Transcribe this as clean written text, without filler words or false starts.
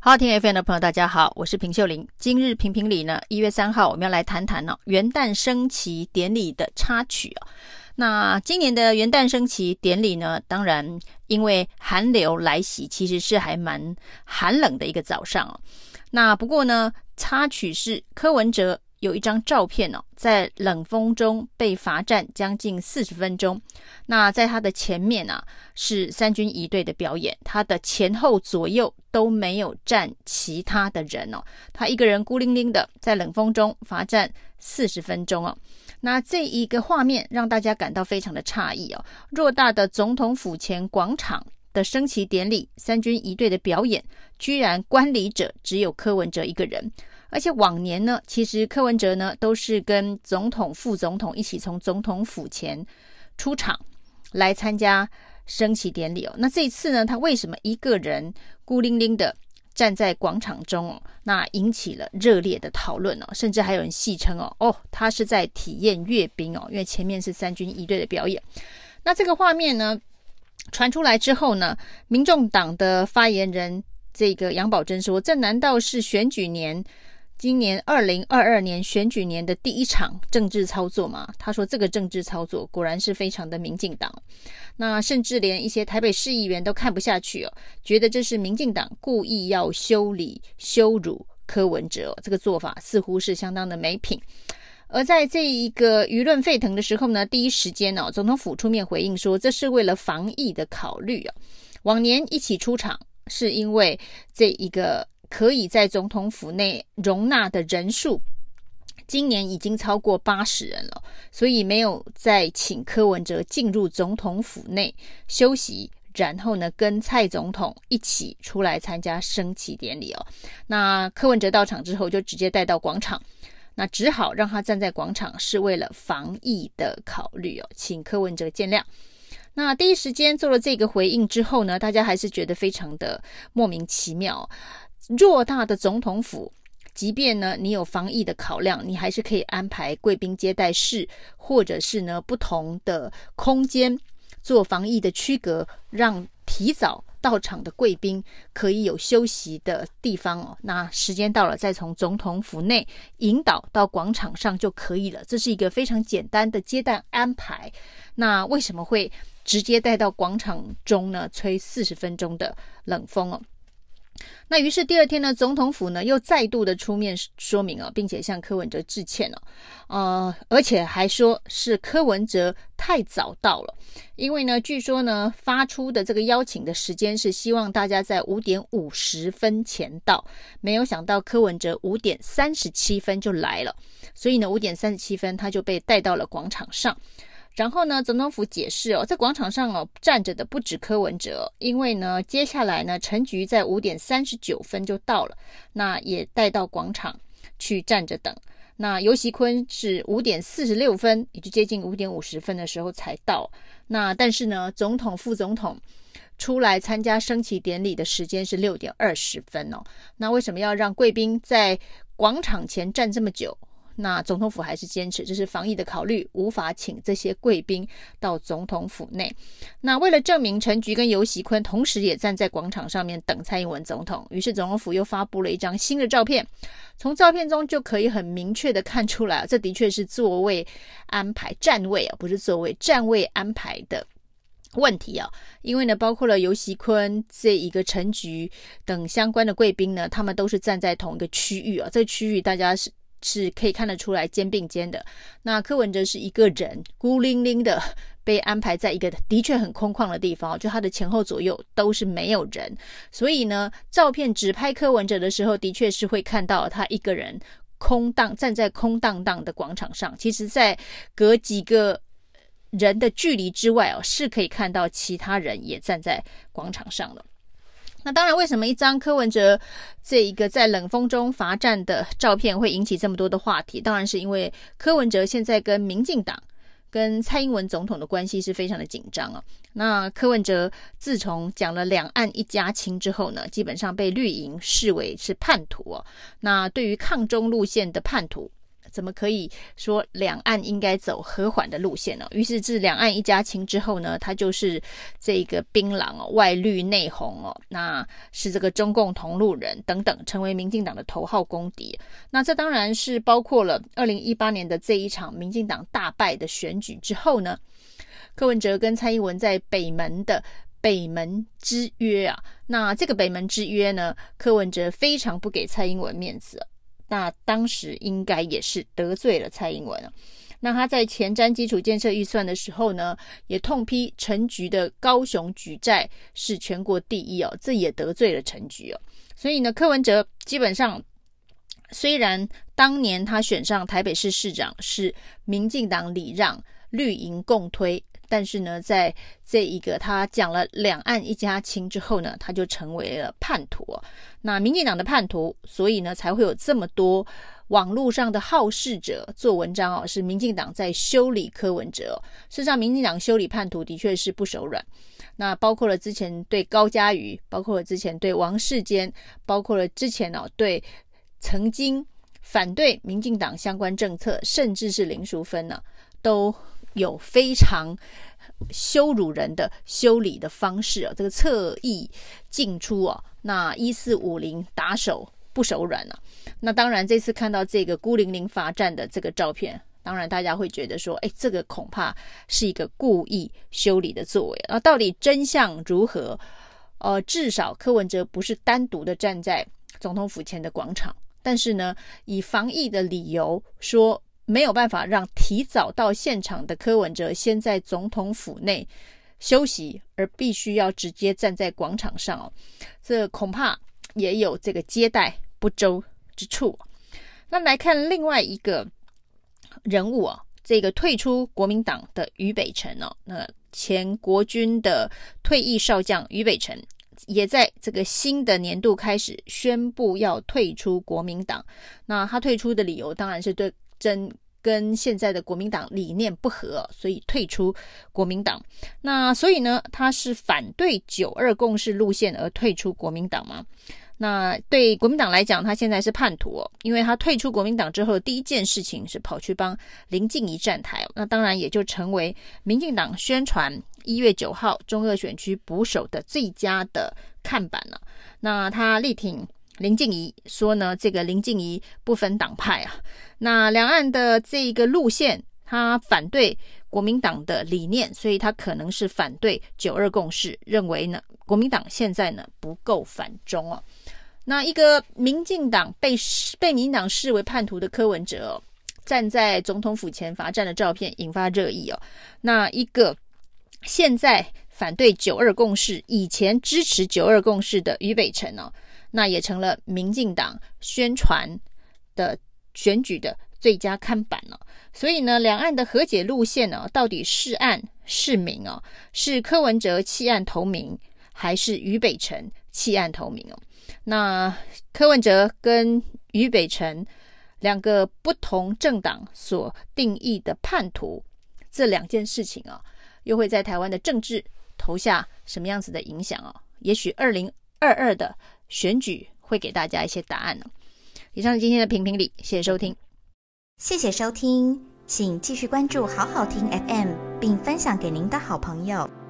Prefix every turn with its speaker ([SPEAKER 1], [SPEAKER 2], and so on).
[SPEAKER 1] 好听 FM 的朋友大家好，我是平秀玲。今日评评理呢，1月3号我们要来谈谈元旦升旗典礼的插曲。那今年的元旦升旗典礼呢，当然因为寒流来袭，其实是还蛮寒冷的一个早上。那不过呢，插曲是柯文哲有一张照片在冷风中被罚站将近40分钟。那在他的前面是三军仪队的表演，他的前后左右都没有站其他的人他一个人孤零零的在冷风中罚站40分钟那这一个画面让大家感到非常的诧异偌大的总统府前广场的升旗典礼，三军仪队的表演，居然观礼者只有柯文哲一个人。而且往年呢，其实柯文哲呢都是跟总统、副总统一起从总统府前出场来参加升旗典礼那这一次呢，他为什么一个人孤零零的站在广场中那引起了热烈的讨论甚至还有人戏称他是在体验阅兵因为前面是三军仪队的表演。那这个画面呢传出来之后呢，民众党的发言人这个杨宝珍说，这难道是选举年今年2022年选举年的第一场政治操作吗？他说这个政治操作果然是非常的民进党。那甚至连一些台北市议员都看不下去觉得这是民进党故意要修理羞辱柯文哲这个做法似乎是相当的没品。而在这一个舆论沸腾的时候呢，第一时间总统府出面回应说，这是为了防疫的考虑往年一起出场是因为这一个可以在总统府内容纳的人数今年已经超过80人了，所以没有再请柯文哲进入总统府内休息，然后呢跟蔡总统一起出来参加升旗典礼那柯文哲到场之后就直接带到广场，那只好让他站在广场，是为了防疫的考虑请柯文哲见谅。那第一时间做了这个回应之后呢，大家还是觉得非常的莫名其妙。偌大的总统府，即便呢你有防疫的考量，你还是可以安排贵宾接待室，或者是呢不同的空间做防疫的区隔，让提早到场的贵宾可以有休息的地方那时间到了再从总统府内引导到广场上就可以了，这是一个非常简单的接待安排。那为什么会直接带到广场中呢？吹40分钟的冷风那于是第二天呢，总统府呢又再度的出面说明并且向柯文哲致歉而且还说是柯文哲太早到了，因为呢据说呢发出的这个邀请的时间是希望大家在5点50分前到，没有想到柯文哲5点37分就来了，所以呢5点37分他就被带到了广场上。然后呢，总统府解释在广场上站着的不止柯文哲因为呢，接下来呢，陈菊在5点39分就到了，那也带到广场去站着等。那游锡堃是5点46分，也就接近5点50分的时候才到。那但是呢，总统、副总统出来参加升旗典礼的时间是6点20分那为什么要让贵宾在广场前站这么久？那总统府还是坚持这是防疫的考虑，无法请这些贵宾到总统府内。那为了证明陈菊跟游锡堃同时也站在广场上面等蔡英文总统，于是总统府又发布了一张新的照片，从照片中就可以很明确的看出来这的确是座位安排站位不是座位站位安排的问题因为呢包括了游锡堃这一个陈菊等相关的贵宾呢，他们都是站在同一个区域这个区域大家是可以看得出来肩并肩的。那柯文哲是一个人孤零零的被安排在一个的确很空旷的地方，就他的前后左右都是没有人，所以呢照片只拍柯文哲的时候的确是会看到他一个人站在空荡荡的广场上，其实在隔几个人的距离之外是可以看到其他人也站在广场上了。那当然为什么一张柯文哲这一个在冷风中罚站的照片会引起这么多的话题，当然是因为柯文哲现在跟民进党跟蔡英文总统的关系是非常的紧张那柯文哲自从讲了两岸一家亲之后呢，基本上被绿营视为是叛徒那对于抗中路线的叛徒怎么可以说两岸应该走和缓的路线呢？于是自两岸一家亲之后呢，他就是这个槟榔外绿内红那是这个中共同路人等等，成为民进党的头号公敌。那这当然是包括了2018年的这一场民进党大败的选举之后呢，柯文哲跟蔡英文在北门的北门之约那这个北门之约呢，柯文哲非常不给蔡英文面子那当时应该也是得罪了蔡英文那他在前瞻基础建设预算的时候呢，也痛批陈菊的高雄举债是全国第一这也得罪了陈菊所以呢，柯文哲基本上虽然当年他选上台北市市长是民进党礼让绿营共推，但是呢，在这一个他讲了两岸一家亲之后呢，他就成为了叛徒那民进党的叛徒，所以呢才会有这么多网络上的好事者做文章是民进党在修理柯文哲事实上民进党修理叛徒的确是不手软，那包括了之前对高嘉瑜，包括了之前对王世坚，包括了之前对曾经反对民进党相关政策，甚至是林淑芬都有非常羞辱人的修理的方式这个侧翼进出那1450打手不手软那当然这次看到这个孤零零罚站的这个照片，当然大家会觉得说这个恐怕是一个故意修理的作为到底真相如何至少柯文哲不是单独的站在总统府前的广场，但是呢以防疫的理由说没有办法让提早到现场的柯文哲先在总统府内休息，而必须要直接站在广场上这恐怕也有这个接待不周之处那来看另外一个人物这个退出国民党的于北辰那前国军的退役少将于北辰也在这个新的年度开始宣布要退出国民党，那他退出的理由当然是对跟现在的国民党理念不合，所以退出国民党。那所以呢，他是反对9·2共识路线而退出国民党吗？那对国民党来讲，他现在是叛徒因为他退出国民党之后，第一件事情是跑去帮林静怡站台那当然也就成为民进党宣传1月9号中二选区捕手的最佳的看板了那他力挺林静怡说呢，这个林静怡不分党派那两岸的这个路线他反对国民党的理念，所以他可能是反对9·2共识，认为呢国民党现在呢不够反中那一个民进党被民进党视为叛徒的柯文哲站在总统府前罚站的照片引发热议那一个现在反对9·2共识，以前支持9·2共识的于北辰那也成了民进党宣传的选举的最佳看板所以呢，两岸的和解路线到底是暗是明是柯文哲弃暗投明，还是于北辰弃暗投明那柯文哲跟于北辰两个不同政党所定义的叛徒，这两件事情又会在台湾的政治投下什么样子的影响也许2022的选举会给大家一些答案以上是今天的评评理，谢谢收听。
[SPEAKER 2] 谢谢收听，请继续关注好好听 FM， 并分享给您的好朋友。